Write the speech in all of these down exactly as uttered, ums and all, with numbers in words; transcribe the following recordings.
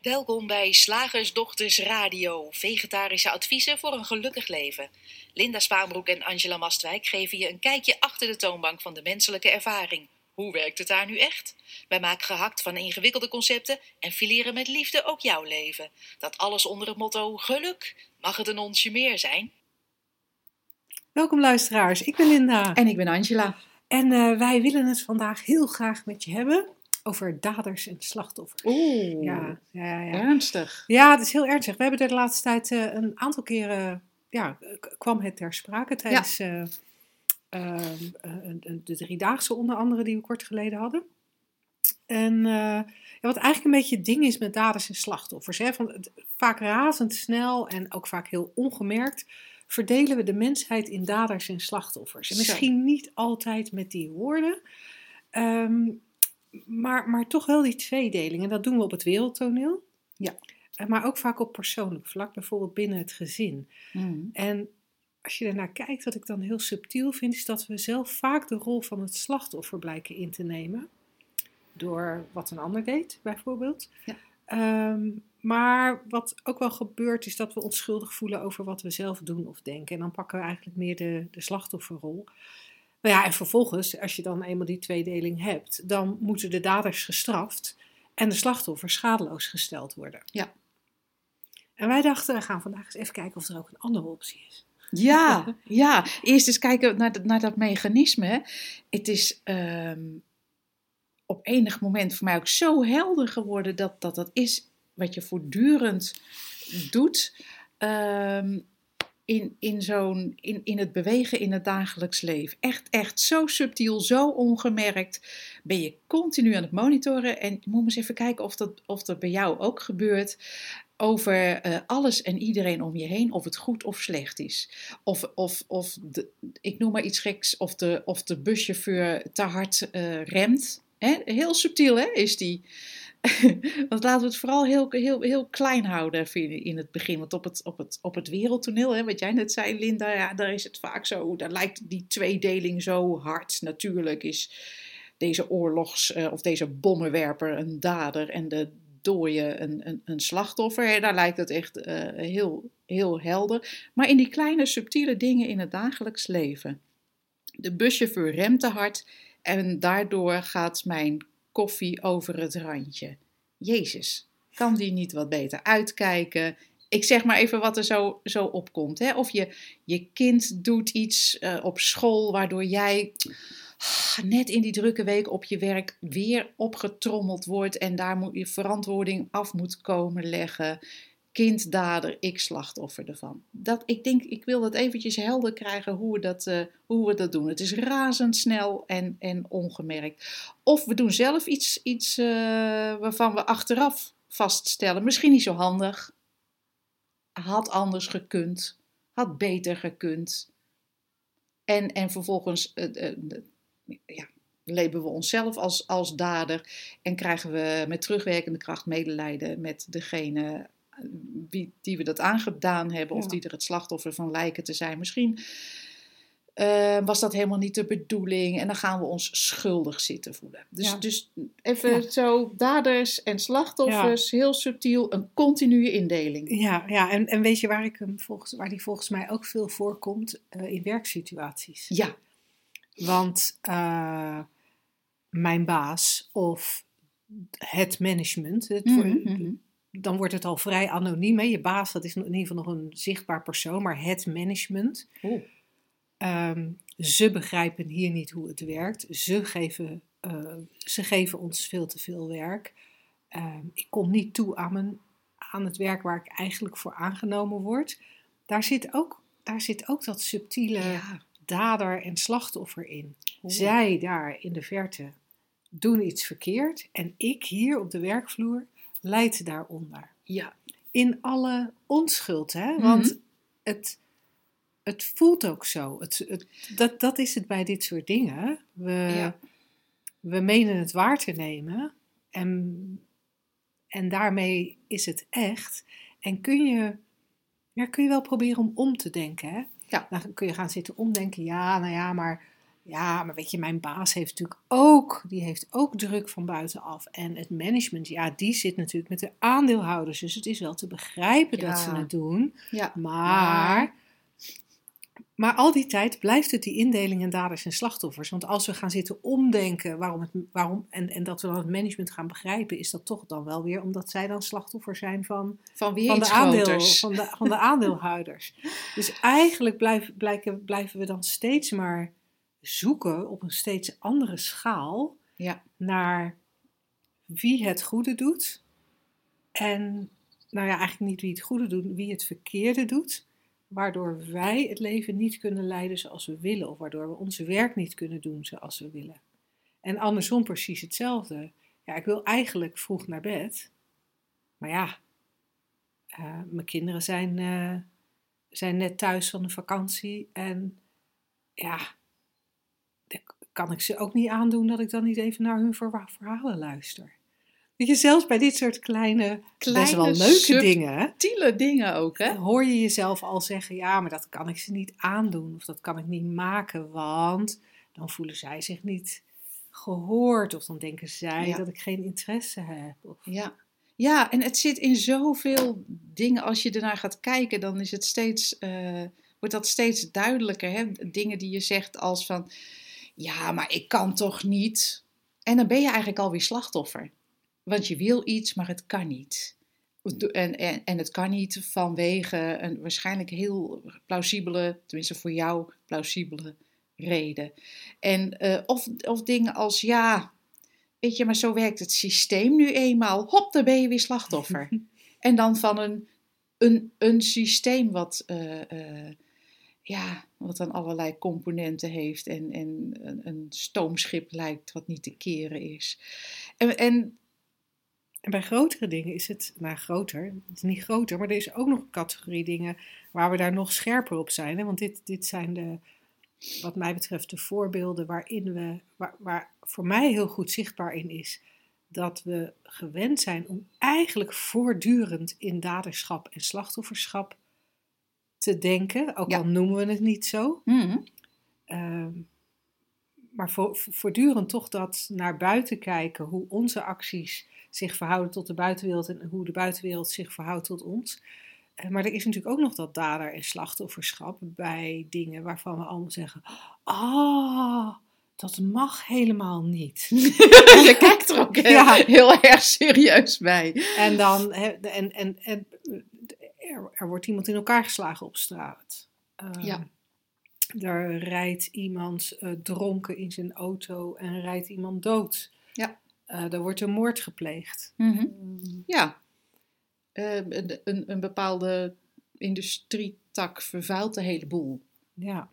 Welkom bij Slagersdochters Radio, vegetarische adviezen voor een gelukkig leven. Linda Spaanbroek en Angela Mastwijk geven je een kijkje achter de toonbank van de menselijke ervaring. Hoe werkt het daar nu echt? Wij maken gehakt van ingewikkelde concepten en fileren met liefde ook jouw leven. Dat alles onder het motto geluk. Mag het een onsje meer zijn? Welkom luisteraars, ik ben Linda. En ik ben Angela. En uh, wij willen het vandaag heel graag met je hebben over daders en slachtoffers. Oeh, ja, ja, ja. ernstig. Ja, het is heel ernstig. We hebben er de laatste tijd uh, een aantal keren, ja, k- kwam het ter sprake tijdens ja. uh, uh, uh, de driedaagse onder andere die we kort geleden hadden. En uh, ja, wat eigenlijk een beetje het ding is met daders en slachtoffers. Hè, van het, vaak razendsnel en ook vaak heel ongemerkt verdelen we de mensheid in daders en slachtoffers. En misschien niet altijd met die woorden, um, maar, maar toch wel die tweedeling. En dat doen we op het wereldtoneel. Ja. Maar ook vaak op persoonlijk vlak, bijvoorbeeld binnen het gezin. Mm. En als je ernaar kijkt, wat ik dan heel subtiel vind, is dat we zelf vaak de rol van het slachtoffer blijken in te nemen. Door wat een ander deed, bijvoorbeeld. Ja. Um, maar wat ook wel gebeurt, is dat we ons schuldig voelen over wat we zelf doen of denken. En dan pakken we eigenlijk meer de, de slachtofferrol. Nou ja, en vervolgens, als je dan eenmaal die tweedeling hebt, dan moeten de daders gestraft en de slachtoffers schadeloos gesteld worden. Ja. En wij dachten, we gaan vandaag eens even kijken of er ook een andere optie is. Ja, ja. Eerst eens kijken naar, naar dat mechanisme. Het is um, op enig moment voor mij ook zo helder geworden dat dat, dat is wat je voortdurend doet um, in, in, zo'n, in, in het bewegen in het dagelijks leven. Echt, echt zo subtiel, zo ongemerkt ben je continu aan het monitoren. En je moet eens even kijken of dat, of dat bij jou ook gebeurt. Over uh, alles en iedereen om je heen, of het goed of slecht is. Of, of, of de, ik noem maar iets geks, of de, of de buschauffeur te hard uh, remt. Hè? Heel subtiel hè, is die. Want laten we het vooral heel, heel, heel klein houden in het begin. Want op het, op het, op het wereldtoneel, hè, wat jij net zei Linda, ja, daar is het vaak zo, daar lijkt die tweedeling zo hard. Natuurlijk is deze oorlogs- uh, of deze bommenwerper een dader en de dooie een, een, een slachtoffer. Hè, daar lijkt het echt uh, heel, heel helder. Maar in die kleine subtiele dingen in het dagelijks leven. De buschauffeur remt te hard en daardoor gaat mijn koffie over het randje. Jezus, kan die niet wat beter uitkijken? Ik zeg maar even wat er zo, zo opkomt. Hè? Of je, je kind doet iets uh, op school waardoor jij uh, net in die drukke week op je werk weer opgetrommeld wordt en daar moet je verantwoording af moet komen leggen. Kind, dader, ik slachtoffer ervan. Dat, ik denk, ik wil dat eventjes helder krijgen hoe we dat, uh, hoe we dat doen. Het is razendsnel en, en ongemerkt. Of we doen zelf iets, iets uh, waarvan we achteraf vaststellen. Misschien niet zo handig. Had anders gekund. Had beter gekund. En, en vervolgens uh, uh, uh, ja, labelen we onszelf als, als dader. En krijgen we met terugwerkende kracht medelijden met degene Wie, die we dat aangedaan hebben, ja. Of die er het slachtoffer van lijken te zijn. Misschien uh, was dat helemaal niet de bedoeling en dan gaan we ons schuldig zitten voelen. Dus, ja. dus even ja. zo, daders en slachtoffers, ja. heel subtiel, een continue indeling. Ja, ja. En, en weet je waar, ik hem volgens, waar die volgens mij ook veel voorkomt? Uh, in werksituaties. Ja. Want uh, mijn baas of het management, het mm-hmm, mm-hmm. dan wordt het al vrij anoniem. Hè? Je baas, dat is in ieder geval nog een zichtbaar persoon, maar het management. Um, ze begrijpen hier niet hoe het werkt. Ze geven, uh, ze geven ons veel te veel werk. Um, ik kom niet toe aan, mijn, aan het werk waar ik eigenlijk voor aangenomen word. Daar zit ook, daar zit ook dat subtiele ja. dader en slachtoffer in. Oeh. Zij daar in de verte doen iets verkeerd en ik hier op de werkvloer lijdt daaronder. Ja. In alle onschuld, hè? Want mm-hmm. het, het voelt ook zo. Het, het, dat, dat is het bij dit soort dingen. We, ja. we menen het waar te nemen en, en daarmee is het echt. En kun je, ja, kun je wel proberen om om te denken, hè? Ja. Dan kun je gaan zitten omdenken. Ja, nou ja, maar Ja, maar weet je, mijn baas heeft natuurlijk ook, die heeft ook druk van buitenaf. En het management, ja, die zit natuurlijk met de aandeelhouders. Dus het is wel te begrijpen Ja. dat ze het doen. Ja. Maar, maar al die tijd blijft het die indeling in daders en slachtoffers. Want als we gaan zitten omdenken waarom het, waarom, en, en dat we dan het management gaan begrijpen, is dat toch dan wel weer omdat zij dan slachtoffer zijn van, Van wie van, de, iets aandeel, groters. van, de, van de aandeelhouders. Dus eigenlijk blijf, blijken, blijven we dan steeds maar zoeken op een steeds andere schaal Ja. naar wie het goede doet. En nou ja, eigenlijk niet wie het goede doet, wie het verkeerde doet. Waardoor wij het leven niet kunnen leiden zoals we willen. Of waardoor we ons werk niet kunnen doen zoals we willen. En andersom precies hetzelfde. Ja, ik wil eigenlijk vroeg naar bed. Maar ja, uh, mijn kinderen zijn, uh, zijn net thuis van de vakantie. En ja, kan ik ze ook niet aandoen dat ik dan niet even naar hun verhalen luister. Weet je, zelfs bij dit soort kleine, kleine best wel leuke dingen. Subtiele dingen ook, hè? Hoor je jezelf al zeggen, ja, maar dat kan ik ze niet aandoen. Of dat kan ik niet maken, want dan voelen zij zich niet gehoord. Of dan denken zij ja. dat ik geen interesse heb. Of... Ja. ja, en het zit in zoveel dingen. Als je ernaar gaat kijken, dan is het steeds, uh, wordt dat steeds duidelijker. Hè? Dingen die je zegt als van, ja, maar ik kan toch niet. En dan ben je eigenlijk alweer slachtoffer. Want je wil iets, maar het kan niet. En, en, en het kan niet vanwege een waarschijnlijk heel plausibele, tenminste voor jou plausibele reden. En, uh, of, of dingen als, ja, weet je, maar zo werkt het systeem nu eenmaal. Hop, dan ben je weer slachtoffer. En dan van een, een, een systeem wat, uh, uh, ja, wat dan allerlei componenten heeft. En, en een, een stoomschip lijkt wat niet te keren is. En... en En bij grotere dingen is het, nou groter, het is niet groter, maar er is ook nog een categorie dingen waar we daar nog scherper op zijn. Hè? Want dit, dit zijn de, wat mij betreft, de voorbeelden waarin we, waar, waar voor mij heel goed zichtbaar in is, dat we gewend zijn om eigenlijk voortdurend in daderschap en slachtofferschap te denken, ook ja. al noemen we het niet zo. Mm-hmm. Uh, maar voor, voortdurend toch dat naar buiten kijken, hoe onze acties zich verhouden tot de buitenwereld en hoe de buitenwereld zich verhoudt tot ons. Uh, maar er is natuurlijk ook nog dat dader- en slachtofferschap bij dingen waarvan we allemaal zeggen, ah, dat mag helemaal niet. Je kijkt er ook heel, ja. heel erg serieus bij. En dan, en, en, en er, er wordt iemand in elkaar geslagen op straat. Uh, ja. Er rijdt iemand uh, dronken in zijn auto en rijdt iemand dood. Ja. Uh, er wordt een moord gepleegd. Mm-hmm. Um, ja. Uh, een, een, een bepaalde industrietak vervuilt de hele boel. Ja.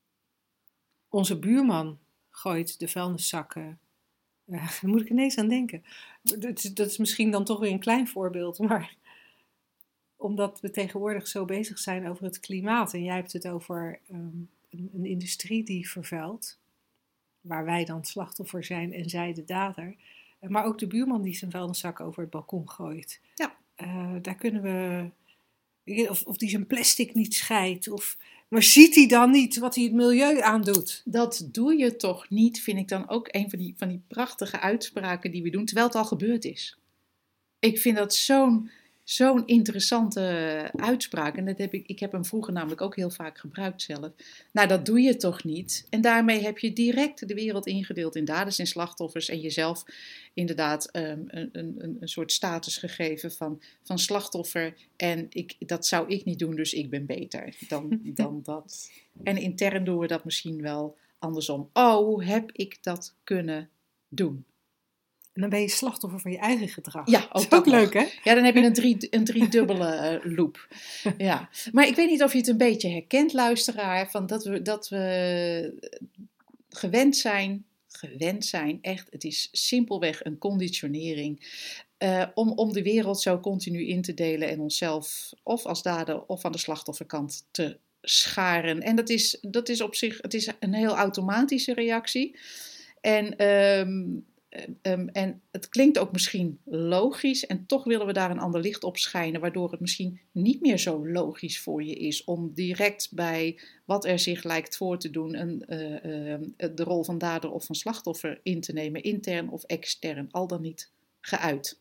Onze buurman gooit de vuilniszakken. Uh, daar moet ik ineens aan denken. Dat is, dat is misschien dan toch weer een klein voorbeeld, maar omdat we tegenwoordig zo bezig zijn over het klimaat en jij hebt het over um, een, een industrie die vervuilt, waar wij dan slachtoffer zijn en zij de dader. Maar ook de buurman die zijn vuilniszak over het balkon gooit. Ja. Uh, daar kunnen we... Of, of die zijn plastic niet scheidt. Of, maar ziet hij dan niet wat hij het milieu aandoet? Dat doe je toch niet, vind ik dan ook een van die, van die prachtige uitspraken die we doen, terwijl het al gebeurd is. Ik vind dat zo'n, zo'n interessante uitspraak. En dat heb ik, ik heb hem vroeger namelijk ook heel vaak gebruikt zelf. Nou, dat doe je toch niet? En daarmee heb je direct de wereld ingedeeld in daders en slachtoffers. En jezelf inderdaad um, een, een, een soort status gegeven van, van slachtoffer. En ik, dat zou ik niet doen, dus ik ben beter dan, dan dat. En intern doen we dat misschien wel andersom. Oh, hoe heb ik dat kunnen doen? En dan ben je slachtoffer van je eigen gedrag. Ja, ook, dat is dat ook leuk, hè? Ja, dan heb je een, drie, een driedubbele uh, loop. Ja. Maar ik weet niet of je het een beetje herkent, luisteraar, van dat we, dat we gewend zijn, gewend zijn, echt, het is simpelweg een conditionering, uh, om, om de wereld zo continu in te delen en onszelf of als dader of aan de slachtofferkant te scharen. En dat is, dat is op zich, het is een heel automatische reactie. En... Um, Um, en het klinkt ook misschien logisch en toch willen we daar een ander licht op schijnen, waardoor het misschien niet meer zo logisch voor je is om direct bij wat er zich lijkt voor te doen een, uh, uh, de rol van dader of van slachtoffer in te nemen, intern of extern, al dan niet geuit.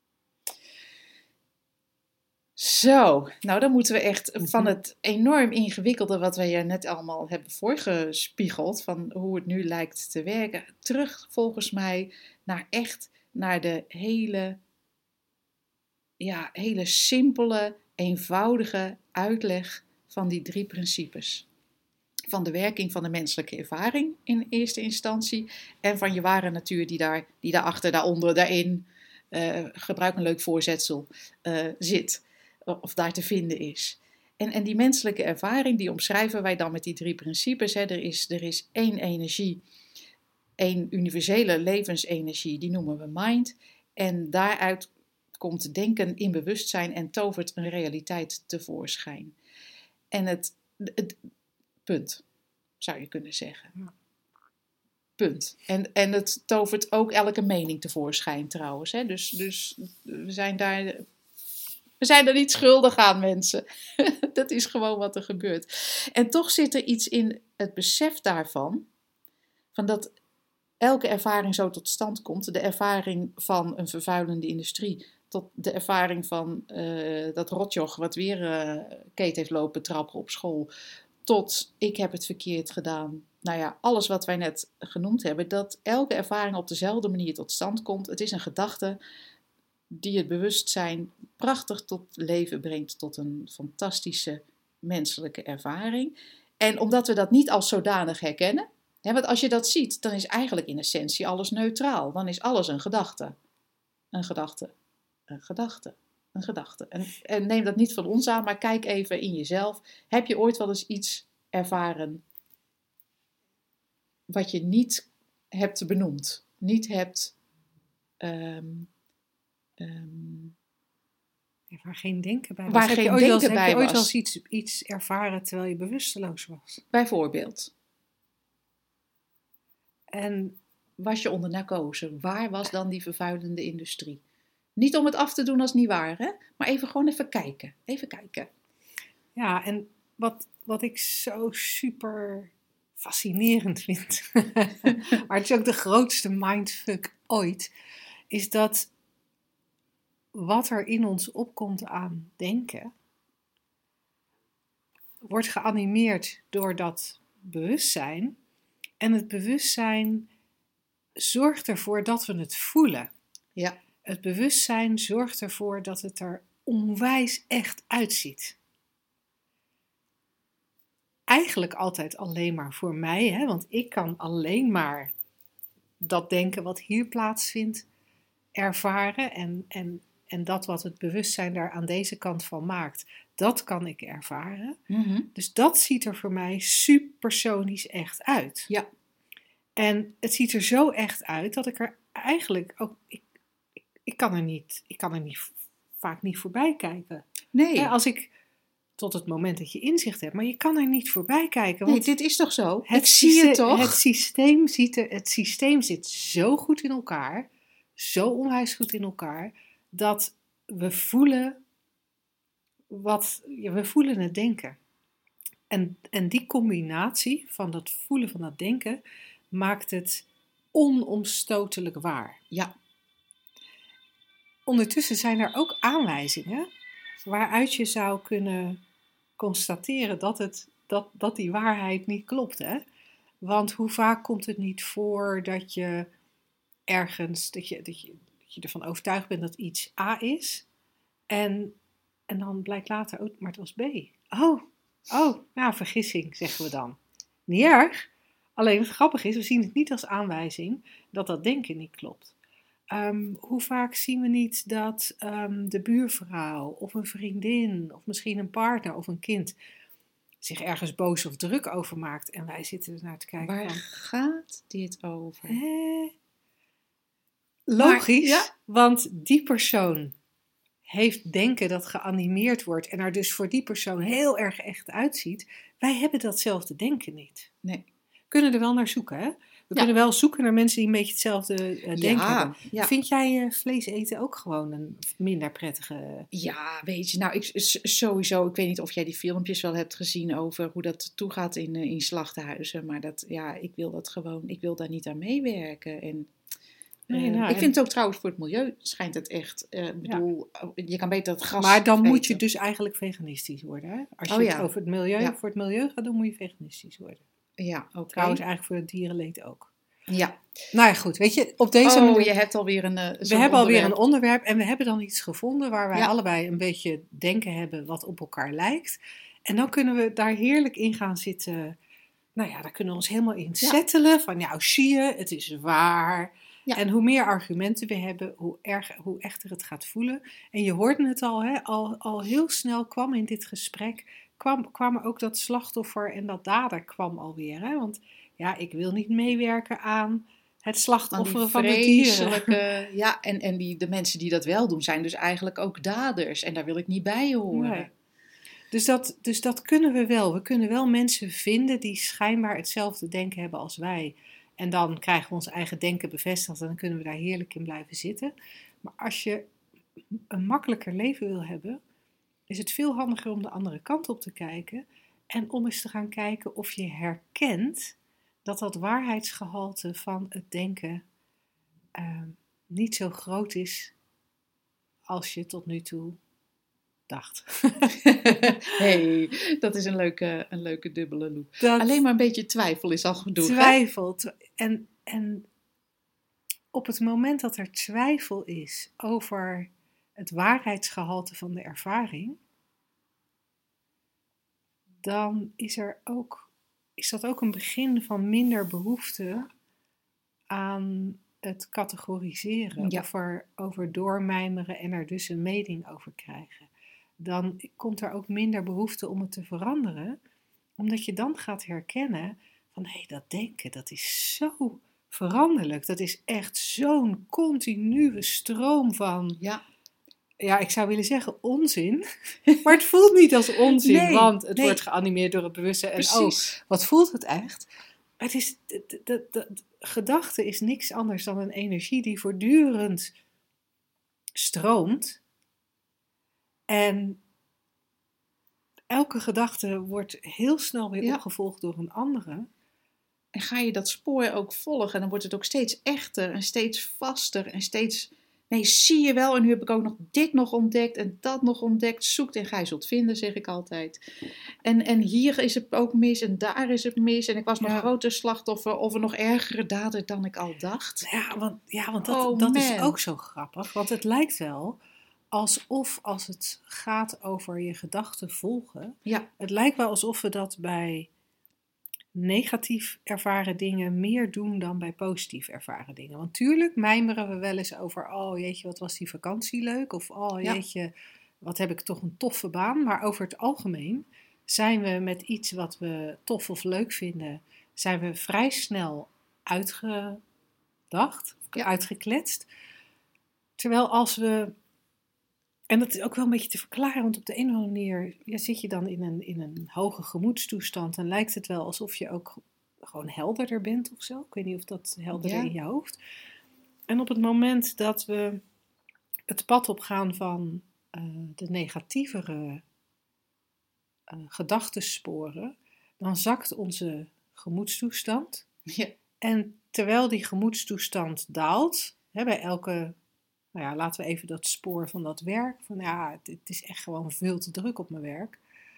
Zo, nou dan moeten we echt van het enorm ingewikkelde wat wij er net allemaal hebben voorgespiegeld, van hoe het nu lijkt te werken, terug volgens mij naar echt, naar de hele, ja, hele simpele, eenvoudige uitleg van die drie principes. Van de werking van de menselijke ervaring in eerste instantie en van je ware natuur die, daar, die daarachter, daaronder, daarin, uh, gebruik een leuk voorzetsel, uh, zit. Of daar te vinden is. En, en die menselijke ervaring, die omschrijven wij dan met die drie principes. Hè. Er is, er is één energie, één universele levensenergie, die noemen we mind. En daaruit komt denken in bewustzijn en tovert een realiteit tevoorschijn. En het, het punt, zou je kunnen zeggen. Punt. En, en het tovert ook elke mening tevoorschijn trouwens. Hè. Dus, dus we zijn daar... We zijn er niet schuldig aan, mensen. Dat is gewoon wat er gebeurt. En toch zit er iets in het besef daarvan, van dat elke ervaring zo tot stand komt. De ervaring van een vervuilende industrie, tot de ervaring van uh, dat rotjoch wat weer uh, Kate heeft lopen trappen op school, tot ik heb het verkeerd gedaan. Nou ja, alles wat wij net genoemd hebben, dat elke ervaring op dezelfde manier tot stand komt. Het is een gedachte die het bewustzijn prachtig tot leven brengt, tot een fantastische menselijke ervaring. En omdat we dat niet als zodanig herkennen, hè, want als je dat ziet, dan is eigenlijk in essentie alles neutraal. Dan is alles een gedachte. Een gedachte, een gedachte, een gedachte. En, en neem dat niet van ons aan, maar kijk even in jezelf. Heb je ooit wel eens iets ervaren wat je niet hebt benoemd, niet hebt... Um, Um, ja, waar geen denken bij was. Waar heb geen je ooit denken wel, bij heb je ooit was. wel eens iets, iets ervaren terwijl je bewusteloos was? Bijvoorbeeld. En was je onder narcose? Waar was dan die vervuilende industrie? Niet om het af te doen als niet waar, hè? Maar even gewoon even kijken. Even kijken. Ja, en wat, wat ik zo super fascinerend vind, maar het is ook de grootste mindfuck ooit, is dat wat er in ons opkomt aan denken, wordt geanimeerd door dat bewustzijn. En het bewustzijn zorgt ervoor dat we het voelen. Ja. Het bewustzijn zorgt ervoor dat het er onwijs echt uitziet. Eigenlijk altijd alleen maar voor mij, hè? Want ik kan alleen maar dat denken wat hier plaatsvindt ervaren en, en, en dat wat het bewustzijn daar aan deze kant van maakt, dat kan ik ervaren. Mm-hmm. Dus dat ziet er voor mij supersonisch echt uit. Ja. En het ziet er zo echt uit dat ik er eigenlijk ook, ik, ik, ik kan er niet, ik kan er niet, vaak niet voorbij kijken. Nee. Ja, als ik, tot het moment dat je inzicht hebt, maar je kan er niet voorbij kijken. Nee, Want dit is toch zo? het Ik zie het toch? Het systeem, ziet er, het systeem zit zo goed in elkaar, zo onwijs goed in elkaar, dat we voelen wat, ja, we voelen het denken. En, en die combinatie van dat voelen van dat denken maakt het onomstotelijk waar. Ja. Ondertussen zijn er ook aanwijzingen waaruit je zou kunnen constateren dat, het, dat, dat die waarheid niet klopt. Hè? Want hoe vaak komt het niet voor dat je ergens, dat je, dat je, dat je ervan overtuigd bent dat iets A is en, en dan blijkt later, oh, maar het was B. Oh, oh, nou vergissing zeggen we dan. Niet erg, alleen het grappige is, we zien het niet als aanwijzing dat dat denken niet klopt. Um, hoe vaak zien we niet dat um, de buurvrouw of een vriendin of misschien een partner of een kind zich ergens boos of druk over maakt en wij zitten er naar te kijken. Waar van, gaat dit over? Eh, logisch, Maar, ja. Want die persoon heeft denken dat geanimeerd wordt en er dus voor die persoon heel erg echt uitziet. Wij hebben datzelfde denken niet. Nee. Kunnen er wel naar zoeken, hè? We Ja. kunnen wel zoeken naar mensen die een beetje hetzelfde uh, denken Ja, hebben. ja. Vind jij uh, vlees eten ook gewoon een minder prettige... Ja, weet je, nou, ik, sowieso, ik weet niet of jij die filmpjes wel hebt gezien over hoe dat toegaat in, in slachthuizen. Maar dat, ja, ik wil dat gewoon, ik wil daar niet aan meewerken. En Nee, uh, nou, ik en... vind het ook trouwens voor het milieu schijnt het echt, uh, ik bedoel, ja. je kan beter het gras Maar dan eten. moet je dus eigenlijk veganistisch worden, hè? Als je oh, het ja. over het milieu, ja. voor het milieu gaat doen, moet je veganistisch worden. Ja, oké. Okay. Trouwens eigenlijk voor het dierenleed ook. Ja. Nou ja, goed. Weet je, op deze oh, manier... je hebt alweer een uh, We hebben alweer een onderwerp en we hebben dan iets gevonden waar wij ja. allebei een beetje denken hebben wat op elkaar lijkt. En dan kunnen we daar heerlijk in gaan zitten. Nou ja, daar kunnen we ons helemaal in ja. settelen. Van nou, zie je, het is waar. Ja. En hoe meer argumenten we hebben, hoe, erger, hoe echter het gaat voelen. En je hoorde het al, hè, al, al heel snel kwam in dit gesprek, kwam, kwam er ook dat slachtoffer en dat dader kwam alweer. Hè? Want ja, ik wil niet meewerken aan het slachtofferen van de dieren. Ja, en, en die, de mensen die dat wel doen, zijn dus eigenlijk ook daders. En daar wil ik niet bij horen. Nee. Dus, dat, dus dat kunnen we wel. We kunnen wel mensen vinden die schijnbaar hetzelfde denken hebben als wij. En dan krijgen we ons eigen denken bevestigd en dan kunnen we daar heerlijk in blijven zitten. Maar als je een makkelijker leven wil hebben, is het veel handiger om de andere kant op te kijken. En om eens te gaan kijken of je herkent dat dat waarheidsgehalte van het denken uh, niet zo groot is als je tot nu toe dacht. hey, dat is een leuke, een leuke dubbele loop. Dat Alleen maar een beetje twijfel is al genoeg. Twijfel. Hè? En, en op het moment dat er twijfel is over het waarheidsgehalte van de ervaring, dan is er ook, is dat ook een begin van minder behoefte aan het categoriseren, ja. over, over doormijmeren en er dus een mening over krijgen. Dan komt er ook minder behoefte om het te veranderen, omdat je dan gaat herkennen van hé, hey, dat denken, dat is zo veranderlijk. Dat is echt zo'n continue stroom van, ja, ja ik zou willen zeggen onzin, maar het voelt niet als onzin, nee, want het nee. wordt geanimeerd door het bewustzijn en Precies. oh, wat voelt het echt? Het is, de, de, de, de, gedachte is niks anders dan een energie die voortdurend stroomt. En elke gedachte wordt heel snel weer ja. opgevolgd door een andere. En ga je dat spoor ook volgen, en dan wordt het ook steeds echter en steeds vaster en steeds... Nee, zie je wel, en nu heb ik ook nog dit nog ontdekt en dat nog ontdekt. Zoekt en gij zult vinden, zeg ik altijd. En, en hier is het ook mis en daar is het mis. En ik was nog ja. groter slachtoffer of een nog ergere dader dan ik al dacht. Ja, want, ja, want dat, oh, dat is ook zo grappig. Want het lijkt wel alsof als het gaat over je gedachten volgen. Ja. Het lijkt wel alsof we dat bij negatief ervaren dingen meer doen dan bij positief ervaren dingen. Want tuurlijk mijmeren we wel eens over, oh jeetje, wat was die vakantie leuk? Of oh jeetje, ja. wat heb ik toch een toffe baan? Maar over het algemeen zijn we met iets wat we tof of leuk vinden, zijn we vrij snel uitgedacht, ja. uitgekletst. Terwijl als we, en dat is ook wel een beetje te verklaren, want op de een of andere manier ja, zit je dan in een, in een hoge gemoedstoestand en lijkt het wel alsof je ook gewoon helderder bent of zo. Ik weet niet of dat helderder ja. in je hoofd. En op het moment dat we het pad opgaan van uh, de negatievere uh, gedachtensporen, dan zakt onze gemoedstoestand. Ja. En terwijl die gemoedstoestand daalt, hè, bij elke... Nou ja, laten we even dat spoor van dat werk. Van ja, het, het is echt gewoon veel te druk op mijn werk.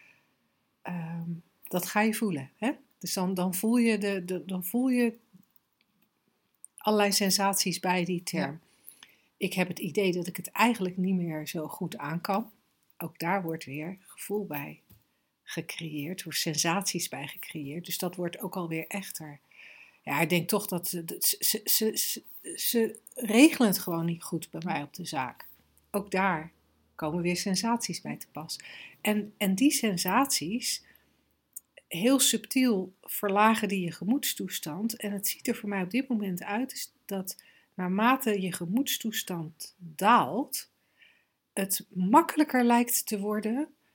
Um, dat ga je voelen. Hè? Dus dan, dan, voel je de, de, dan voel je allerlei sensaties bij die term. Ja. Ik heb het idee dat ik het eigenlijk niet meer zo goed aan kan. Ook daar wordt weer gevoel bij gecreëerd. Er worden sensaties bij gecreëerd. Dus dat wordt ook alweer echter. Ja, ik denk toch dat ze, ze, ze, ze, ze regelen het gewoon niet goed bij mij op de zaak. Ook daar komen weer sensaties bij te pas. En, en die sensaties, heel subtiel verlagen die je gemoedstoestand. En het ziet er voor mij op dit moment uit dat naarmate je gemoedstoestand daalt, het makkelijker lijkt te worden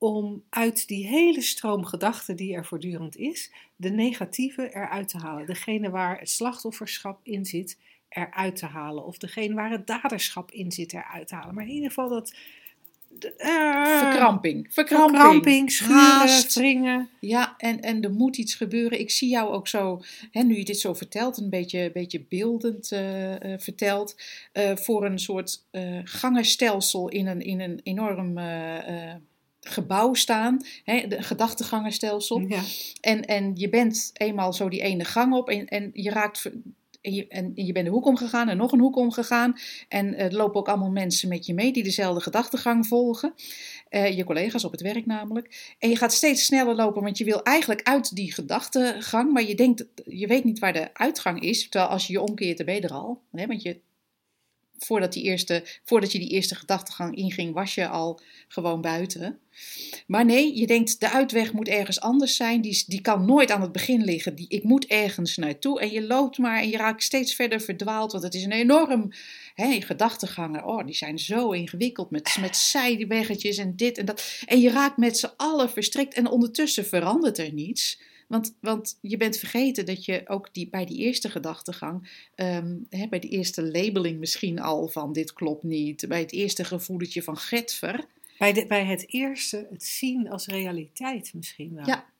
om uit die hele stroom gedachten die er voortdurend is, de negatieve eruit te halen. Degene waar het slachtofferschap in zit, eruit te halen. Of degene waar het daderschap in zit, eruit te halen. Maar in ieder geval dat... De, uh, verkramping. Verkramping. Verkramping, schuren, haast. wringen. Ja, en, en er moet iets gebeuren. Ik zie jou ook zo, hè, nu je dit zo vertelt, een beetje, beetje beeldend uh, uh, vertelt, uh, voor een soort uh, gangenstelsel in een, in een enorm uh, uh, gebouw staan. Hè, de gedachtegangenstelsel. Ja. En, en je bent eenmaal zo die ene gang op en, en je raakt... En je, en je bent de hoek omgegaan en nog een hoek omgegaan. En er lopen ook allemaal mensen met je mee die dezelfde gedachtegang volgen. Uh, je collega's op het werk namelijk. En je gaat steeds sneller lopen, want je wil eigenlijk uit die gedachtegang. Maar je denkt, je weet niet waar de uitgang is. Terwijl als je je omkeert, dan ben je er al. Hè? Want je, voordat, die eerste, voordat je die eerste gedachtegang inging, was je al gewoon buiten. Maar nee, je denkt de uitweg moet ergens anders zijn. Die, die kan nooit aan het begin liggen. Die, ik moet ergens naartoe. En je loopt maar en je raakt steeds verder verdwaald. Want het is een enorm hè, gedachtegangen. Oh, die zijn zo ingewikkeld met, met zijweggetjes en dit en dat. En je raakt met z'n allen verstrikt. En ondertussen verandert er niets. Want, want je bent vergeten dat je ook die, bij die eerste gedachtegang, um, hè, bij die eerste labeling misschien al van dit klopt niet. Bij het eerste gevoeletje van getver. Bij, de, bij het eerste, het zien als realiteit misschien wel. Ja.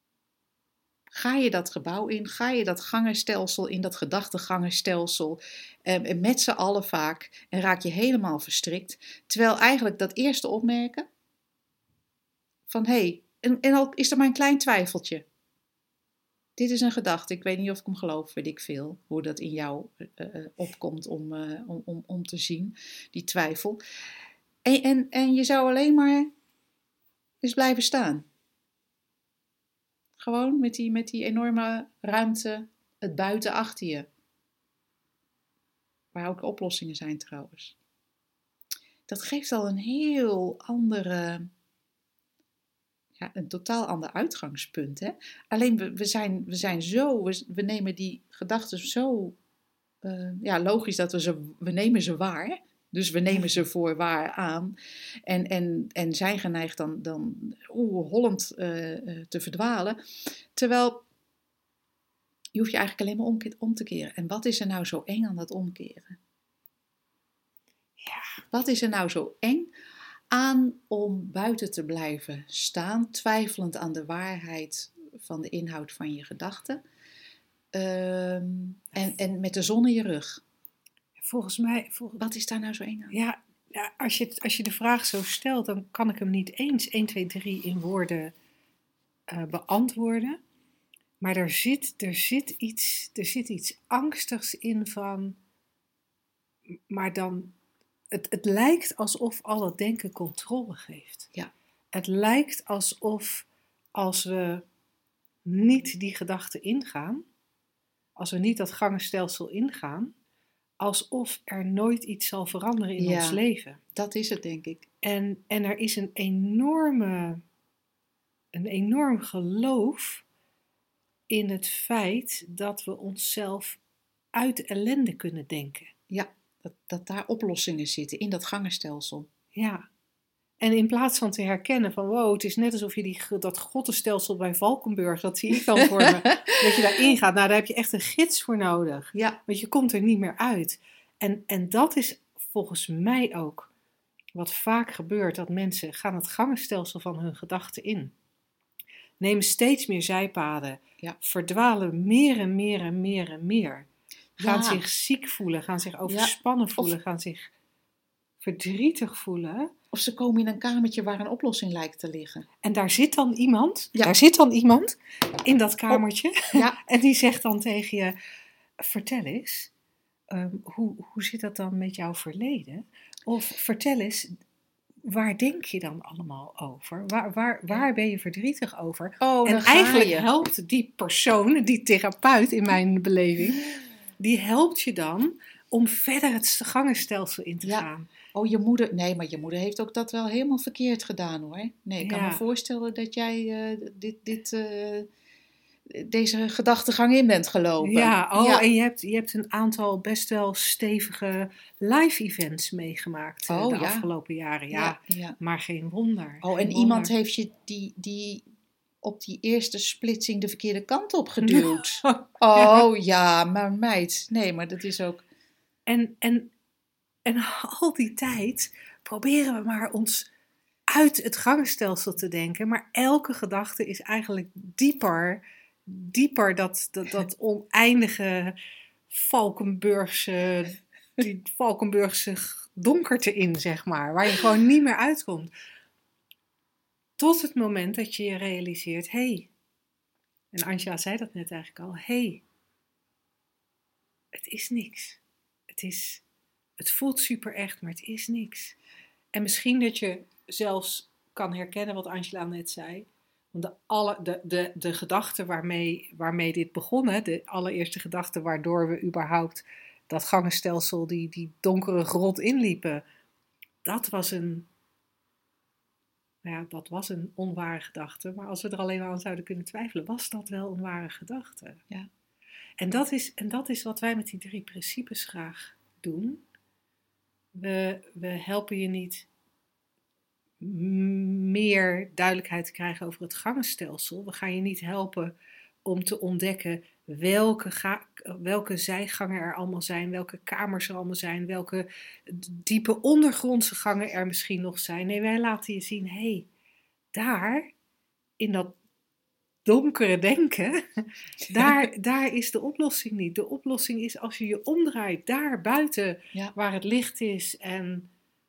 Ga je dat gebouw in, ga je dat gangenstelsel in, dat gedachtegangenstelsel, eh, met z'n allen vaak, en raak je helemaal verstrikt. Terwijl eigenlijk dat eerste opmerken, van hé, hey, en, en al is er maar een klein twijfeltje. Dit is een gedachte, ik weet niet of ik hem geloof, weet ik veel, hoe dat in jou uh, opkomt om, uh, om, om, om te zien, die twijfel. En, en, en je zou alleen maar eens blijven staan. Gewoon met die, met die enorme ruimte, het buiten achter je. Waar ook oplossingen zijn trouwens. Dat geeft al een heel andere, ja, een totaal ander uitgangspunt. Hè? Alleen we, we, zijn, we zijn zo, we, we nemen die gedachten zo, uh, ja logisch dat we ze, we nemen ze waar. Dus we nemen ze voor waar aan en, en, en zijn geneigd dan, dan oeh, hollend uh, uh, te verdwalen. Terwijl je hoeft je eigenlijk alleen maar om, om te keren. En wat is er nou zo eng aan dat omkeren? Ja, wat is er nou zo eng aan om buiten te blijven staan, twijfelend aan de waarheid van de inhoud van je gedachten um, en, en met de zon in je rug? Volgens mij... Volgens... Wat is daar nou zo eng aan? Ja, ja als, je, als je de vraag zo stelt, dan kan ik hem niet eens één, twee, drie in woorden uh, beantwoorden. Maar er zit, er, zit iets, er zit iets angstigs in van... Maar dan... Het, het lijkt alsof al dat denken controle geeft. Ja. Het lijkt alsof als we niet die gedachten ingaan, als we niet dat gangenstelsel ingaan, alsof er nooit iets zal veranderen in ja, ons leven. Dat is het, denk ik. En, en er is een enorme, een enorm geloof in het feit dat we onszelf uit ellende kunnen denken. Ja, dat, dat daar oplossingen zitten in dat gangenstelsel. Ja. En in plaats van te herkennen van wow, het is net alsof je die, dat goddenstelsel bij Valkenburg, dat zie ik dan voor me, dat je daarin gaat. Nou, daar heb je echt een gids voor nodig. Ja. Want je komt er niet meer uit. En, en dat is volgens mij ook wat vaak gebeurt, dat mensen gaan het gangenstelsel van hun gedachten in. Nemen steeds meer zijpaden. Ja. Verdwalen meer en meer en meer en meer. Gaan Ja. zich ziek voelen, gaan zich overspannen Ja. voelen, Of... gaan zich verdrietig voelen. Of ze komen in een kamertje waar een oplossing lijkt te liggen. En daar zit dan iemand, Ja. daar zit dan iemand in dat kamertje. Oh, ja. En die zegt dan tegen je, vertel eens, um, hoe, hoe zit dat dan met jouw verleden? Of vertel eens, waar denk je dan allemaal over? Waar, waar, waar ben je verdrietig over? Oh, en dan ga eigenlijk je. helpt die persoon, die therapeut in mijn beleving, die helpt je dan om verder het gangenstelsel in te Ja. gaan. Oh, je moeder... Nee, maar je moeder heeft ook dat wel helemaal verkeerd gedaan, hoor. Nee, ik kan Ja. me voorstellen dat jij uh, dit... dit uh, deze gedachtegang in bent gelopen. Ja, oh, ja. en je hebt, je hebt een aantal best wel stevige live events meegemaakt uh, Oh, de ja. afgelopen jaren. Ja, Ja, ja. maar geen wonder. Oh, geen en iemand wonder. heeft je die, die op die eerste splitsing de verkeerde kant op geduwd. Oh ja, maar meid. Nee, maar dat is ook... En, en, en al die tijd proberen we maar ons uit het gangenstelsel te denken. Maar elke gedachte is eigenlijk dieper, dieper dat, dat, dat oneindige Valkenburgse, die Valkenburgse donkerte in, zeg maar. Waar je gewoon niet meer uitkomt. Tot het moment dat je je realiseert, hé, hey, en Angela zei dat net eigenlijk al, hé, hey, het is niks. Het is, het voelt super echt, maar het is niks. En misschien dat je zelfs kan herkennen wat Angela net zei. Want de, alle, de, de, de gedachte waarmee, waarmee dit begon, hè, de allereerste gedachte waardoor we überhaupt dat gangenstelsel, die, die donkere grot inliepen, dat was een, nou ja, dat was een onware gedachte. Maar als we er alleen maar aan zouden kunnen twijfelen, was dat wel een ware gedachte. Ja. En dat is, en dat is wat wij met die drie principes graag doen. We, we helpen je niet meer duidelijkheid te krijgen over het gangenstelsel. We gaan je niet helpen om te ontdekken welke, ga, welke zijgangen er allemaal zijn, welke kamers er allemaal zijn, welke diepe ondergrondse gangen er misschien nog zijn. Nee, wij laten je zien, hé, hey, daar, in dat donkere denken, daar, daar is de oplossing niet. De oplossing is als je je omdraait, daar buiten, Ja. waar het licht is en...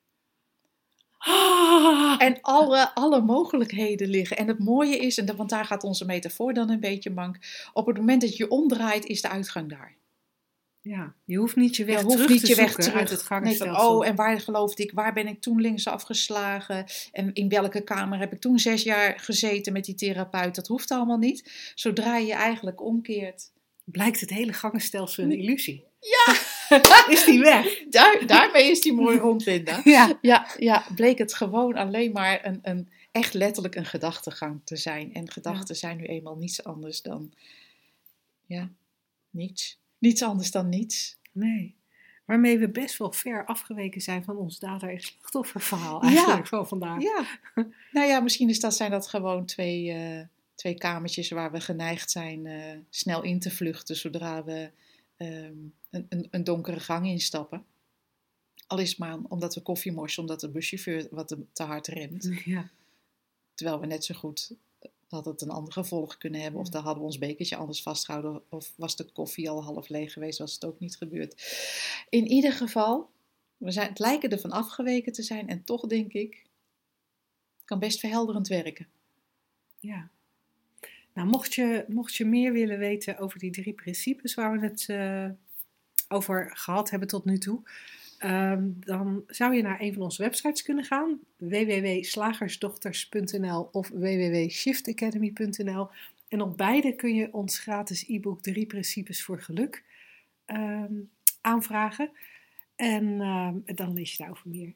Ah! En alle, alle mogelijkheden liggen. En het mooie is, en dat, want daar gaat onze metafoor dan een beetje mank. Op het moment dat je omdraait, is de uitgang daar. Ja, je hoeft niet je weg je hoeft terug niet te je weg zoeken terug. uit het Nee, gangenstelsel. van, oh, en waar geloofde ik? Waar ben ik toen links afgeslagen? En in welke kamer heb ik toen zes jaar gezeten met die therapeut? Dat hoeft allemaal niet. Zodra je eigenlijk omkeert. Blijkt het hele gangenstelsel een illusie. Ja! Is die weg? Daar, daarmee is die mooi rond, Linda. Ja. Ja, ja, bleek het gewoon alleen maar een, een, echt letterlijk een gedachtegang te zijn. En gedachten ja. zijn nu eenmaal niets anders dan, ja, niets. Niets anders dan niets. Nee. Waarmee we best wel ver afgeweken zijn van ons dader- en slachtofferverhaal eigenlijk ja. van vandaag. Ja. Nou ja, misschien is dat, zijn dat gewoon twee, uh, twee kamertjes waar we geneigd zijn uh, snel in te vluchten zodra we um, een, een, een donkere gang instappen. Al is het maar omdat we koffie morsen, omdat de buschauffeur wat te hard remt. Ja. Terwijl we net zo goed had het een ander gevolg kunnen hebben. Of dan hadden we ons bekertje anders vastgehouden. Of was de koffie al half leeg geweest, was het ook niet gebeurd. In ieder geval, we zijn, het lijken ervan afgeweken te zijn. En toch denk ik, het kan best verhelderend werken. Ja. Nou, mocht je, mocht je meer willen weten over die drie principes waar we het uh, over gehad hebben tot nu toe. Um, dan zou je naar een van onze websites kunnen gaan, w w w punt slagersdochters punt n l of w w w punt shift academy punt n l. En op beide kun je ons gratis e-book drie principes voor geluk um, aanvragen. En um, dan lees je daarover meer.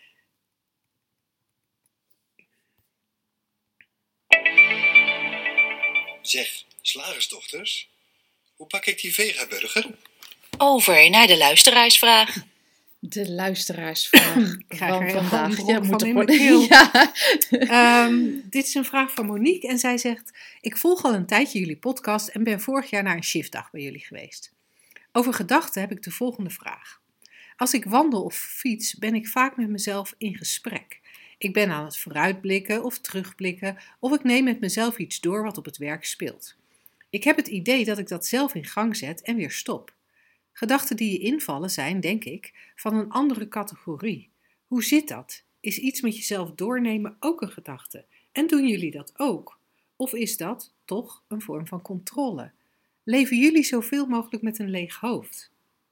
Zeg, slagersdochters, hoe pak ik die vegaburger? Over naar de luisteraarsvraag. De luisteraarsvraag ik van vandaag. Ja, moet van in mijn keel. Ja. um, dit is een vraag van Monique en zij zegt: ik volg al een tijdje jullie podcast en ben vorig jaar naar een shiftdag bij jullie geweest. Over gedachten heb ik de volgende vraag. Als ik wandel of fiets ben ik vaak met mezelf in gesprek. Ik ben aan het vooruitblikken of terugblikken of ik neem met mezelf iets door wat op het werk speelt. Ik heb het idee dat ik dat zelf in gang zet en weer stop. Gedachten die je invallen zijn, denk ik, van een andere categorie. Hoe zit dat? Is iets met jezelf doornemen ook een gedachte? En doen jullie dat ook? Of is dat toch een vorm van controle? Leven jullie zoveel mogelijk met een leeg hoofd?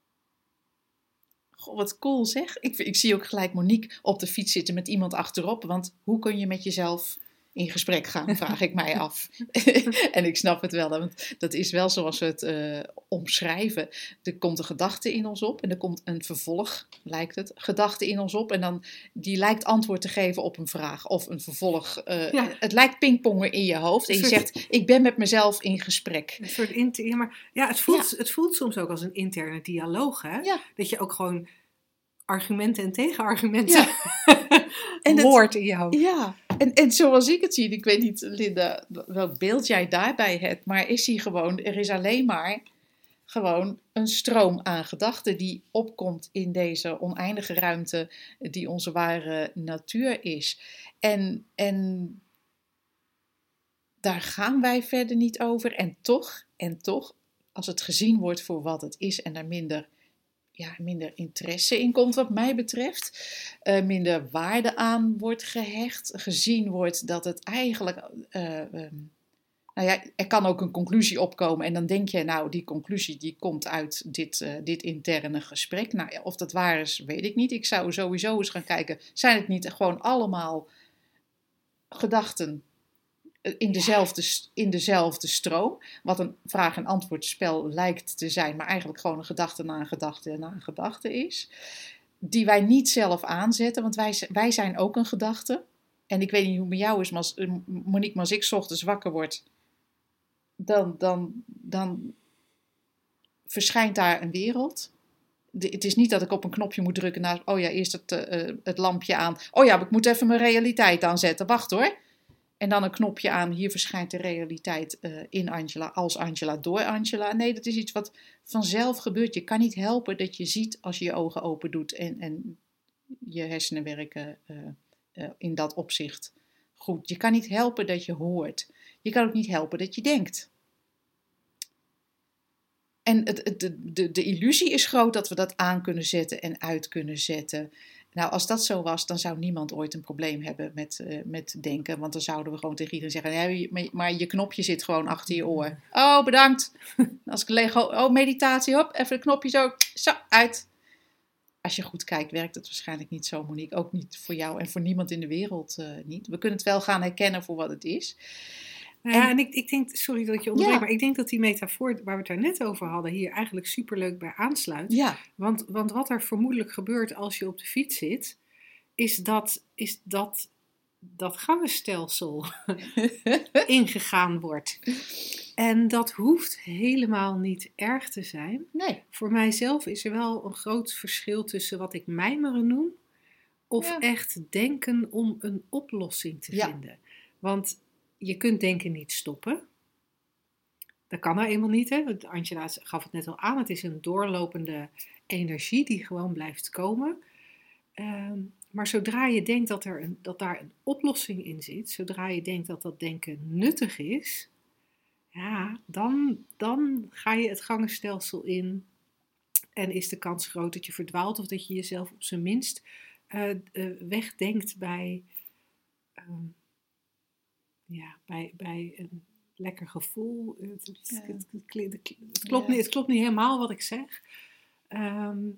Goh, wat cool zeg. Ik, ik zie ook gelijk Monique op de fiets zitten met iemand achterop. Want hoe kun je met jezelf in gesprek gaan, vraag ik mij af. En ik snap het wel, want dat is wel zoals we het uh, omschrijven. Er komt een gedachte in ons op en er komt een vervolg, lijkt het, gedachte in ons op. En dan, die lijkt antwoord te geven op een vraag of een vervolg. Uh, ja. Het lijkt pingpongen in je hoofd en je soort, zegt, ik ben met mezelf in gesprek. Een soort inter- ja, maar, ja, het, voelt, ja. het voelt soms ook als een interne dialoog, hè? Ja. Dat je ook gewoon argumenten en tegenargumenten ja. en hoort in je hoofd. Ja, en, en zoals ik het zie, ik weet niet, Linda, welk beeld jij daarbij hebt, maar is hier gewoon, er is alleen maar gewoon een stroom aan gedachten die opkomt in deze oneindige ruimte die onze ware natuur is. En, en daar gaan wij verder niet over. En toch, en toch, als het gezien wordt voor wat het is en er minder, ja, minder interesse in komt wat mij betreft, uh, minder waarde aan wordt gehecht, gezien wordt dat het eigenlijk, uh, um, nou ja, er kan ook een conclusie opkomen en dan denk je, nou, die conclusie die komt uit dit, uh, dit interne gesprek. Nou ja, of dat waar is, weet ik niet. Ik zou sowieso eens gaan kijken, zijn het niet gewoon allemaal gedachten in dezelfde, in dezelfde stroom, wat een vraag- en antwoordspel lijkt te zijn, maar eigenlijk gewoon een gedachte na een gedachte na een gedachte is, die wij niet zelf aanzetten, want wij, wij zijn ook een gedachte. En ik weet niet hoe het met jou is, maar als, Monique, maar als ik 's ochtends wakker word, dan, dan, dan verschijnt daar een wereld. De, het is niet dat ik op een knopje moet drukken naar, oh ja, eerst het, uh, het lampje aan. Oh ja, ik moet even mijn realiteit aanzetten. Wacht hoor. En dan een knopje aan, hier verschijnt de realiteit uh, in Angela, als Angela, door Angela. Nee, dat is iets wat vanzelf gebeurt. Je kan niet helpen dat je ziet als je je ogen open doet en, en je hersenen werken uh, uh, in dat opzicht goed. Je kan niet helpen dat je hoort. Je kan ook niet helpen dat je denkt. En het, het, de, de, de illusie is groot dat we dat aan kunnen zetten en uit kunnen zetten. Nou, als dat zo was, dan zou niemand ooit een probleem hebben met, uh, met denken. Want dan zouden we gewoon tegen iedereen zeggen, nee, maar je knopje zit gewoon achter je oor. Oh, bedankt. Als ik leeg, oh, meditatie, hop, even een knopje zo, zo, uit. Als je goed kijkt, werkt het waarschijnlijk niet zo, Monique. Ook niet voor jou en voor niemand in de wereld uh, niet. We kunnen het wel gaan herkennen voor wat het is. Nou ja, en ik, ik denk, sorry dat ik je onderbreek, ja. maar ik denk dat die metafoor waar we het daar net over hadden, hier eigenlijk superleuk bij aansluit. Ja. Want, want wat er vermoedelijk gebeurt als je op de fiets zit, is dat is dat, dat gangenstelsel ingegaan wordt. En dat hoeft helemaal niet erg te zijn. Nee. Voor mijzelf is er wel een groot verschil tussen wat ik mijmeren noem, of ja. echt denken om een oplossing te ja. vinden. Want je kunt denken niet stoppen. Dat kan nou eenmaal niet. Hè? Angela gaf het net al aan. Het is een doorlopende energie die gewoon blijft komen. Um, maar zodra je denkt dat, er een, dat daar een oplossing in zit, zodra je denkt dat dat denken nuttig is, ja, dan, dan ga je het gangenstelsel in en is de kans groot dat je verdwaalt of dat je jezelf op zijn minst uh, uh, wegdenkt bij... Um, Ja, bij, bij een lekker gevoel. Het, het, ja. het, het, het, het, klopt, ja. niet, het klopt niet helemaal wat ik zeg. Um,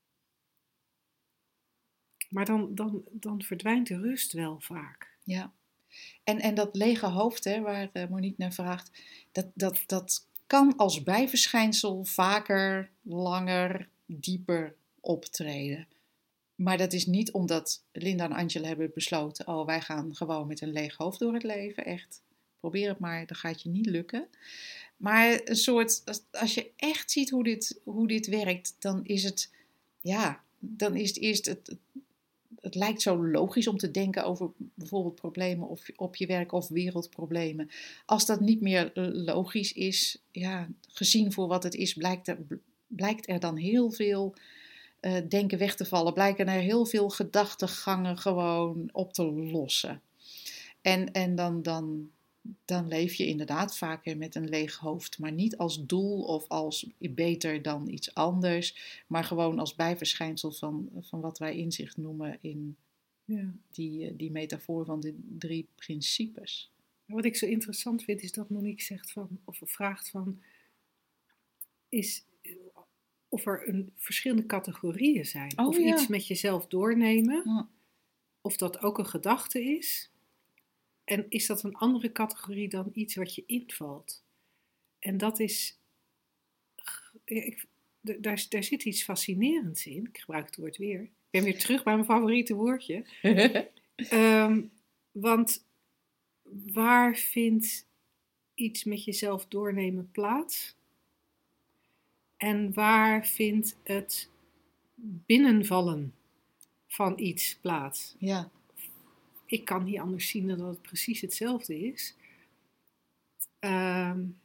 maar dan, dan, dan verdwijnt de rust wel vaak. Ja, en, en dat lege hoofd, hè, waar uh, Monique naar vraagt, dat, dat, dat kan als bijverschijnsel vaker, langer, dieper optreden. Maar dat is niet omdat Linda en Angela hebben besloten, oh, wij gaan gewoon met een leeg hoofd door het leven. Echt, probeer het maar, dat gaat je niet lukken. Maar een soort, als, als je echt ziet hoe dit, hoe dit werkt, dan is het, ja, dan is het eerst, het, het, het lijkt zo logisch om te denken over bijvoorbeeld problemen op, op je werk of wereldproblemen. Als dat niet meer logisch is, ja, gezien voor wat het is, blijkt er, blijkt er dan heel veel... Uh, denken weg te vallen, blijken er heel veel gedachtegangen gewoon op te lossen. En, en dan, dan, dan leef je inderdaad vaker met een leeg hoofd, maar niet als doel of als beter dan iets anders, maar gewoon als bijverschijnsel van, van wat wij inzicht noemen in ja. die, die metafoor van de drie principes. Wat ik zo interessant vind is dat Monique zegt van, of vraagt van, is... of er een, verschillende categorieën zijn. Oh, of ja. iets met jezelf doornemen. Ja. Of dat ook een gedachte is. en is dat een andere categorie dan iets wat je invalt? En dat is, ik, daar, daar zit iets fascinerends in. Ik gebruik het woord weer. Ik ben weer terug bij mijn favoriete woordje. um, want waar vindt iets met jezelf doornemen plaats? En waar vindt het binnenvallen van iets plaats? Ja. Ik kan niet anders zien dan dat het precies hetzelfde is. Um,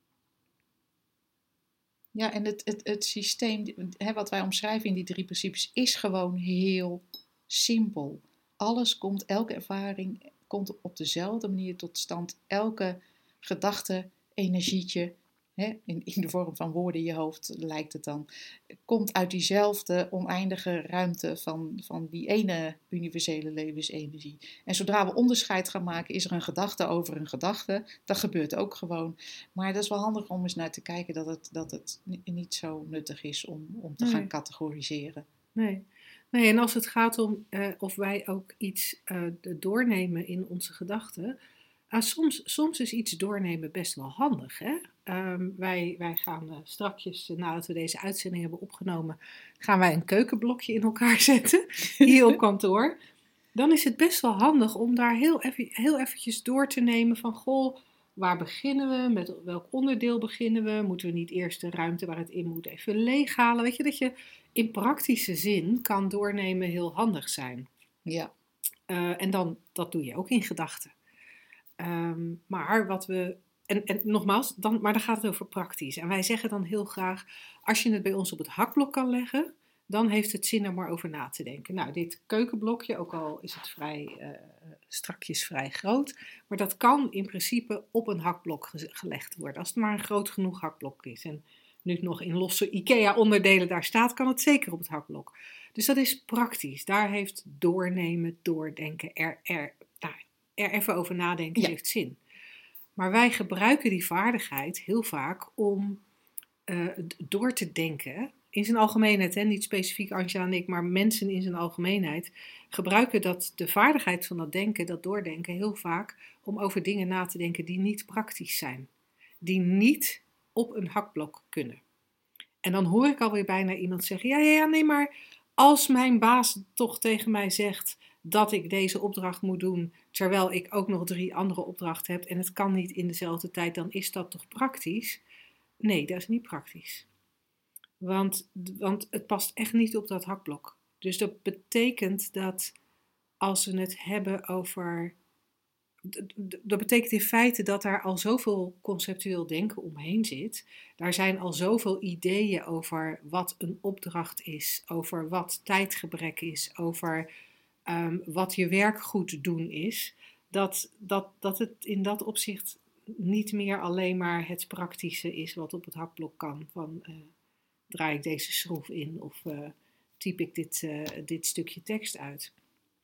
Ja, en het, het, het systeem, hè, wat wij omschrijven in die drie principes, is gewoon heel simpel. Alles komt, elke ervaring komt op dezelfde manier tot stand. Elke gedachte, energietje, hè, in, in de vorm van woorden in je hoofd lijkt het dan, komt uit diezelfde oneindige ruimte van, van die ene universele levensenergie. En zodra we onderscheid gaan maken, is er een gedachte over een gedachte. Dat gebeurt ook gewoon. Maar dat is wel handig om eens naar te kijken dat het, dat het niet zo nuttig is om, om te Nee. gaan categoriseren. Nee. Nee, en als het gaat om uh, of wij ook iets uh, doornemen in onze gedachten. Uh, soms, soms is iets doornemen best wel handig. Hè? Um, wij, wij gaan uh, strakjes, uh, nadat we deze uitzending hebben opgenomen, gaan wij een keukenblokje in elkaar zetten, hier op kantoor. Dan is het best wel handig om daar heel, even, heel eventjes door te nemen van, goh, waar beginnen we? Met welk onderdeel beginnen we? Moeten we niet eerst de ruimte waar het in moet even leeghalen? Weet je, dat je in praktische zin kan doornemen heel handig zijn. Ja. Uh, en dan, dat doe je ook in gedachten. Um, maar wat we, en, en nogmaals, dan, maar dan gaat het over praktisch. En wij zeggen dan heel graag, als je het bij ons op het hakblok kan leggen, dan heeft het zin er maar over na te denken. Nou, dit keukenblokje, ook al is het vrij, uh, strakjes vrij groot, maar dat kan in principe op een hakblok ge- gelegd worden, als het maar een groot genoeg hakblok is. En nu het nog in losse IKEA-onderdelen daar staat, kan het zeker op het hakblok. Dus dat is praktisch. Daar heeft doornemen, doordenken, er, er, nou, er even over nadenken, ja, heeft zin. Maar wij gebruiken die vaardigheid heel vaak om uh, door te denken, in zijn algemeenheid, hè, niet specifiek Angela en ik, maar mensen in zijn algemeenheid, gebruiken dat, de vaardigheid van dat denken, dat doordenken, heel vaak om over dingen na te denken die niet praktisch zijn. Die niet op een hakblok kunnen. En dan hoor ik alweer bijna iemand zeggen, ja, ja, ja, nee, maar als mijn baas toch tegen mij zegt dat ik deze opdracht moet doen, terwijl ik ook nog drie andere opdrachten heb en het kan niet in dezelfde tijd, dan is dat toch praktisch? Nee, dat is niet praktisch. Want, want het past echt niet op dat hakblok. Dus dat betekent dat als we het hebben over, dat betekent in feite dat daar al zoveel conceptueel denken omheen zit. Daar zijn al zoveel ideeën over wat een opdracht is, over wat tijdgebrek is, over um, wat je werk goed doen is. Dat, dat, dat het in dat opzicht niet meer alleen maar het praktische is wat op het hakblok kan. Van uh, draai ik deze schroef in of uh, typ ik dit, uh, dit stukje tekst uit.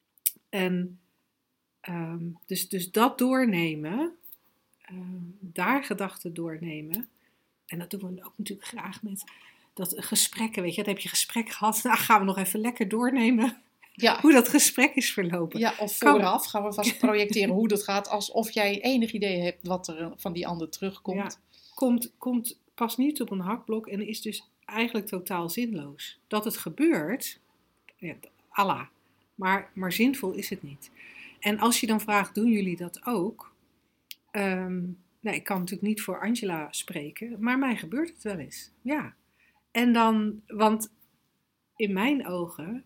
En Um, dus, dus dat doornemen, um, daar gedachten doornemen. En dat doen we ook natuurlijk graag met dat gesprekken, weet je. Dan heb je gesprek gehad, nou gaan we nog even lekker doornemen ja. hoe dat gesprek is verlopen. Ja, of vooraf gaan we vast projecteren hoe dat gaat, alsof jij enig idee hebt wat er van die ander terugkomt. Ja, komt, komt pas niet op een hakblok en is dus eigenlijk totaal zinloos. Dat het gebeurt, ja, Allah, maar, maar zinvol is het niet. En als je dan vraagt, doen jullie dat ook? Um, nou, ik kan natuurlijk niet voor Angela spreken, maar mij gebeurt het wel eens. Ja. En dan, want in mijn ogen,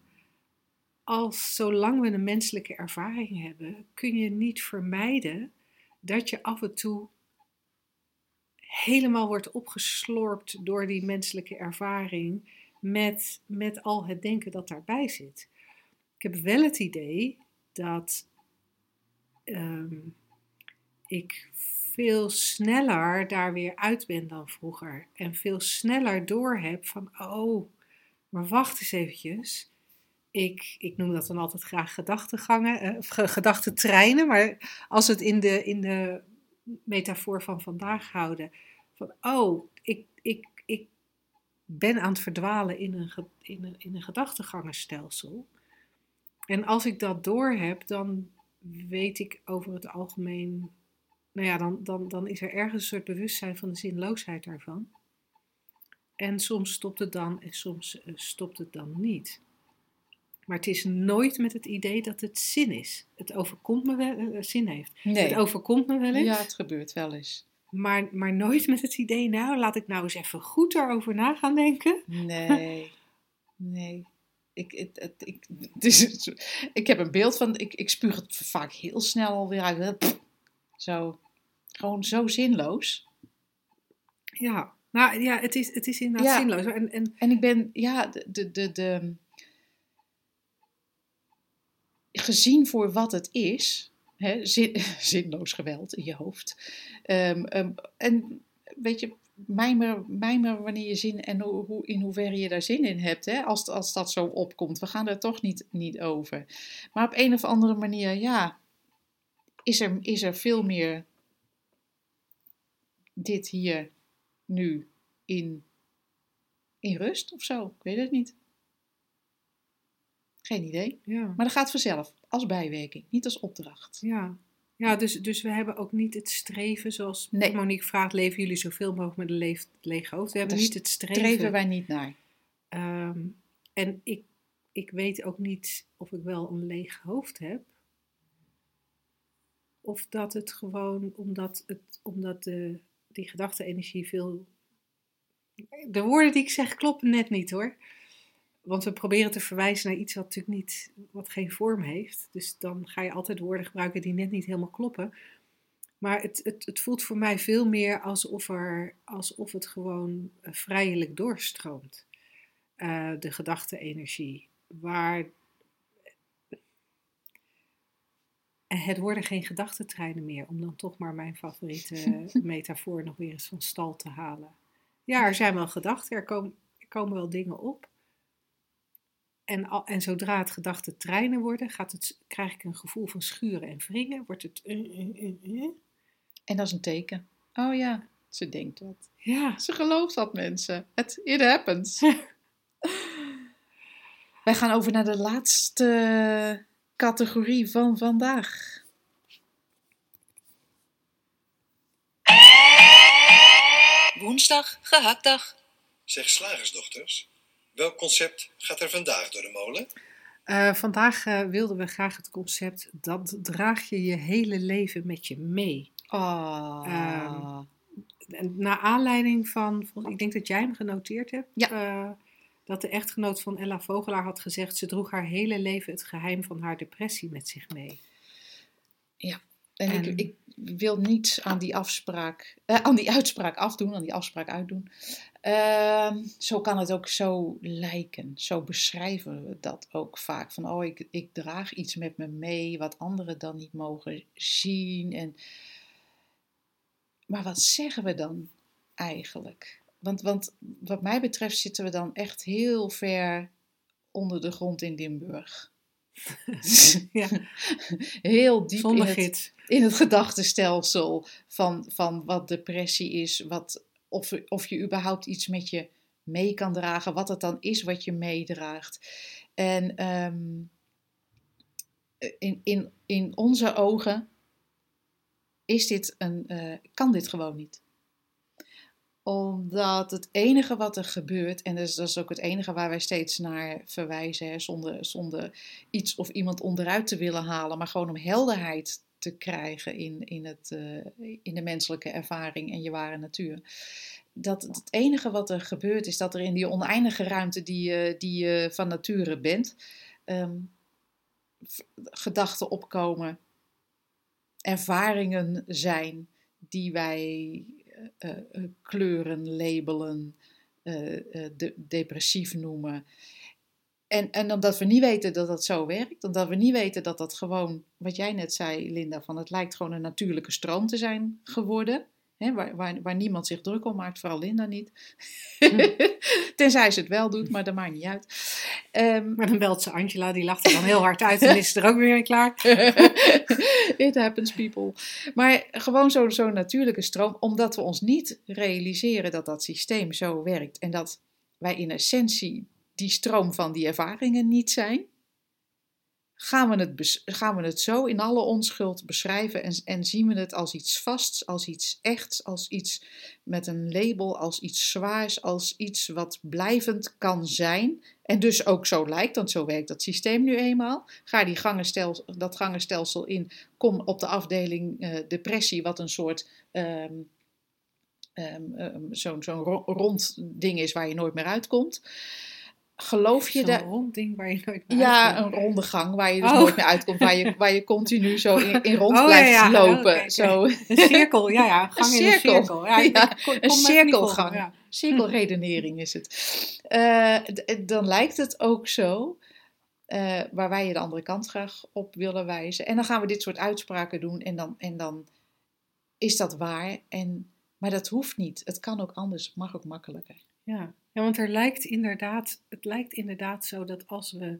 als zolang we een menselijke ervaring hebben, kun je niet vermijden dat je af en toe helemaal wordt opgeslorpt door die menselijke ervaring met, met al het denken dat daarbij zit. Ik heb wel het idee dat Um, ik veel sneller daar weer uit ben dan vroeger. En veel sneller doorheb van, oh, maar wacht eens eventjes. Ik, ik noem dat dan altijd graag gedachtegangen, of uh, gedachtentreinen. Maar als we het in de, in de metafoor van vandaag houden. Van, oh, ik, ik, ik ben aan het verdwalen in een, in een, in een gedachtegangenstelsel. En als ik dat doorheb, dan weet ik over het algemeen... Nou ja, dan, dan, dan is er ergens een soort bewustzijn van de zinloosheid daarvan. En soms stopt het dan en soms uh, stopt het dan niet. Maar het is nooit met het idee dat het zin is. Het overkomt me wel, uh, zin heeft. Nee. Het overkomt me wel eens. Ja, het gebeurt wel eens. Maar, maar nooit met het idee, nou, laat ik nou eens even goed erover na gaan denken. Nee, nee. Ik, het, het, ik, het is, ik heb een beeld van, ik, ik spuug het vaak heel snel alweer uit. Zo, gewoon zo zinloos. Ja, nou ja, het is, het is inderdaad Ja. zinloos. En, en, En ik ben, ja, de, de, de, de, gezien voor wat het is, hè, zin, zinloos geweld in je hoofd. Um, um, en weet je, mijmer, mijmer wanneer je zin en hoe, hoe, in hoeverre je daar zin in hebt, hè, als, als dat zo opkomt. We gaan er toch niet, niet over. Maar op een of andere manier, ja, is er, is er veel meer dit hier nu in, in rust of zo. Ik weet het niet. Geen idee. ja. Maar dat gaat vanzelf, als bijwerking, niet als opdracht. Ja, ja dus, dus we hebben ook niet het streven, zoals Nee. Monique vraagt, leven jullie zoveel mogelijk met een leef, lege hoofd? We hebben Daar niet het streven. Streven wij niet naar. Um, en ik, ik weet ook niet of ik wel een leeg hoofd heb. Of dat het gewoon, omdat, het, omdat de, die gedachte-energie veel... De woorden die ik zeg kloppen net niet hoor. Want we proberen te verwijzen naar iets wat natuurlijk niet, wat geen vorm heeft. Dus dan ga je altijd woorden gebruiken die net niet helemaal kloppen. Maar het, het, het voelt voor mij veel meer alsof, er, alsof het gewoon uh, vrijelijk doorstroomt. Uh, de gedachte-energie. Waar... Het worden geen gedachtentreinen meer. Om dan toch maar mijn favoriete metafoor nog weer eens van stal te halen. Ja, er zijn wel gedachten. Er komen, er komen wel dingen op. En, al, en zodra het gedachten treinen worden, gaat het, krijg ik een gevoel van schuren en wringen. Wordt het... Uh, uh, uh, uh. En dat is een teken. Oh ja, ze denkt wat. Ja. Ze gelooft dat, mensen. Het, it happens. Wij gaan over naar de laatste categorie van vandaag. Woensdag, gehaktdag. Zeg slagersdochters, welk concept gaat er vandaag door de molen? Uh, vandaag uh, wilden we graag het concept, dat draag je je hele leven met je mee. Oh. Uh, naar aanleiding van, ik denk dat jij hem genoteerd hebt, ja. uh, dat de echtgenoot van Ella Vogelaar had gezegd, ze droeg haar hele leven het geheim van haar depressie met zich mee. Ja, en, en ik, ik wil niets aan die afspraak, uh, aan die uitspraak afdoen, aan die afspraak uitdoen. Uh, zo kan het ook zo lijken. Zo beschrijven we dat ook vaak. Van, oh, ik, ik draag iets met me mee wat anderen dan niet mogen zien. En... Maar wat zeggen we dan eigenlijk? Want, want wat mij betreft zitten we dan echt heel ver onder de grond in Limburg. Ja. Heel diep Zonder in gids. het, in het gedachtenstelsel van, van wat depressie is, wat, of, of je überhaupt iets met je mee kan dragen, wat het dan is wat je meedraagt. En um, in, in, in onze ogen is dit een, uh, kan dit gewoon niet. Omdat het enige wat er gebeurt, en dat is, dat is ook het enige waar wij steeds naar verwijzen, hè, zonder, zonder iets of iemand onderuit te willen halen, maar gewoon om helderheid te krijgen in, in, het, uh, in de menselijke ervaring en je ware natuur. Dat het enige wat er gebeurt is dat er in die oneindige ruimte die je, die je van nature bent, um, gedachten opkomen, ervaringen zijn die wij uh, uh, kleuren, labelen, uh, uh, de, depressief noemen. En, en omdat we niet weten dat dat zo werkt, omdat we niet weten dat dat gewoon, wat jij net zei, Linda, van het lijkt gewoon een natuurlijke stroom te zijn geworden. Hè, waar, waar, waar niemand zich druk om maakt, vooral Linda niet. Hm. Tenzij ze het wel doet, maar dat maakt niet uit. Um, maar dan belt ze Angela, die lacht er dan heel hard uit en is er ook weer mee klaar. It happens, people. Maar gewoon zo'n zo natuurlijke stroom, omdat we ons niet realiseren dat dat systeem zo werkt. En dat wij in essentie die stroom van die ervaringen niet zijn. gaan we het, bes- gaan we het zo in alle onschuld beschrijven en, en zien we het als iets vasts, als iets echts, als iets met een label, als iets zwaars, als iets wat blijvend kan zijn en dus ook zo lijkt, want zo werkt dat systeem nu eenmaal. Ga die gangenstelsel, dat gangenstelsel in, kom op de afdeling uh, depressie, wat een soort um, um, um, zo'n zo'n ro- rond ding is waar je nooit meer uitkomt. Geloof je Zo'n dat? rond ding waar je nooit meer Ja, uitkomt. een ronde gang waar je dus Oh. nooit meer uitkomt, waar je, waar je continu zo in, in rond Oh, blijft ja, ja. lopen. Oké, oké. Zo. Een cirkel, ja, ja. Gang Een in een cirkel. cirkel. Ja, ik, Ja, ik kon- een kon me even niet cirkelgang. volgen, ja. Cirkelredenering is het. Uh, d- dan lijkt het ook zo, uh, waar wij je de andere kant graag op willen wijzen. En dan gaan we dit soort uitspraken doen en dan, en dan is dat waar. En, maar dat hoeft niet. Het kan ook anders, het mag ook makkelijker. Ja. Ja, want er lijkt inderdaad, het lijkt inderdaad zo dat als we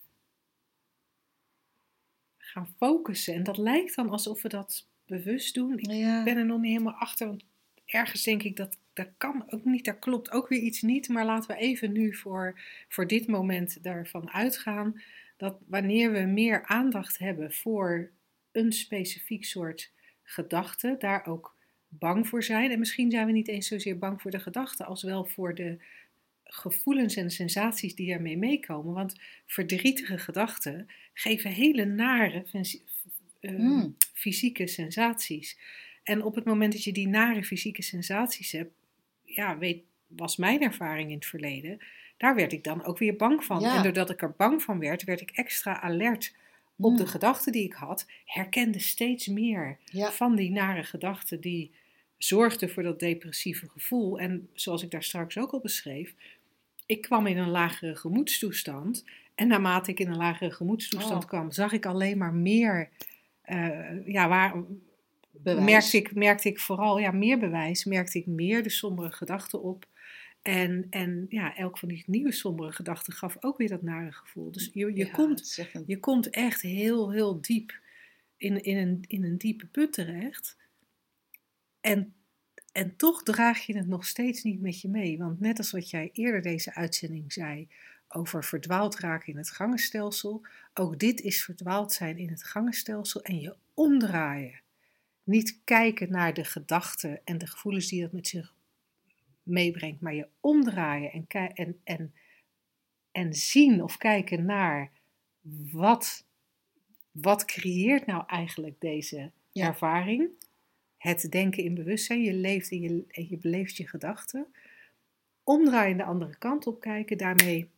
gaan focussen, en dat lijkt dan alsof we dat bewust doen. Ik Ja. ben er nog niet helemaal achter, want ergens denk ik dat dat kan ook niet, daar klopt ook weer iets niet. Maar laten we even nu voor, voor dit moment daarvan uitgaan dat wanneer we meer aandacht hebben voor een specifiek soort gedachte, daar ook bang voor zijn. En misschien zijn we niet eens zozeer bang voor de gedachte, als wel voor de gevoelens en sensaties die ermee meekomen. Want verdrietige gedachten geven hele nare uh, Mm. fysieke sensaties. En op het moment dat je die nare fysieke sensaties hebt, ja, weet, was mijn ervaring in het verleden, daar werd ik dan ook weer bang van. Ja. En doordat ik er bang van werd, werd ik extra alert op Mm. de gedachten die ik had, herkende steeds meer Ja. van die nare gedachten die zorgden voor dat depressieve gevoel. En zoals ik daar straks ook al beschreef, ik kwam in een lagere gemoedstoestand. En naarmate ik in een lagere gemoedstoestand Oh. kwam, zag ik alleen maar meer, uh, ja, waar, Bewijs. merkte ik, merkte ik vooral, ja, meer bewijs, merkte ik meer de sombere gedachten op. En, en ja, elk van die nieuwe sombere gedachten gaf ook weer dat nare gevoel. Dus je, je, Ja, komt, het is echt een- je komt echt heel, heel diep in, in, een, in een diepe put terecht. En, en toch draag je het nog steeds niet met je mee. Want net als wat jij eerder deze uitzending zei over verdwaald raken in het gangenstelsel, ook dit is verdwaald zijn in het gangenstelsel en je omdraaien. Niet kijken naar de gedachten en de gevoelens die dat met zich meebrengt, maar je omdraaien en, ki- en, en, en zien of kijken naar wat, wat creëert nou eigenlijk deze Ja. ervaring. Het denken in bewustzijn, je leeft en je, en je beleeft je gedachten. Omdraaien de andere kant op kijken, daarmee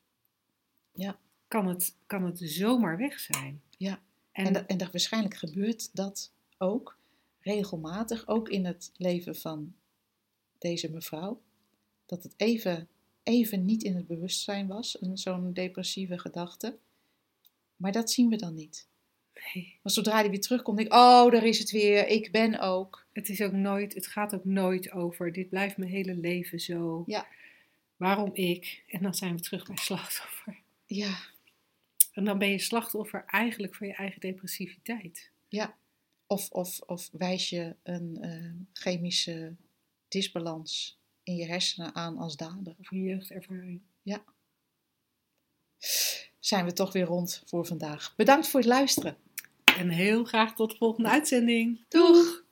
Ja. kan, het, kan het zomaar weg zijn. Ja. En, En, dat, en dat waarschijnlijk gebeurt dat ook regelmatig, ook in het leven van deze mevrouw. Dat het even, even niet in het bewustzijn was, een, zo'n depressieve gedachte. Maar dat zien we dan niet. nee, Maar zodra die weer terugkomt, denk ik, oh, daar is het weer, ik ben ook. het, is ook nooit, het gaat ook nooit over, dit blijft mijn hele leven zo. Ja. Waarom ik? En dan zijn we terug bij slachtoffer. Ja, En dan ben je slachtoffer eigenlijk voor je eigen depressiviteit. ja. Of, of, of wijs je een uh, chemische disbalans in je hersenen aan als dader. Of een jeugdervaring. Ja. Zijn we toch weer rond voor vandaag. Bedankt voor het luisteren. En heel graag tot de volgende uitzending. Doeg!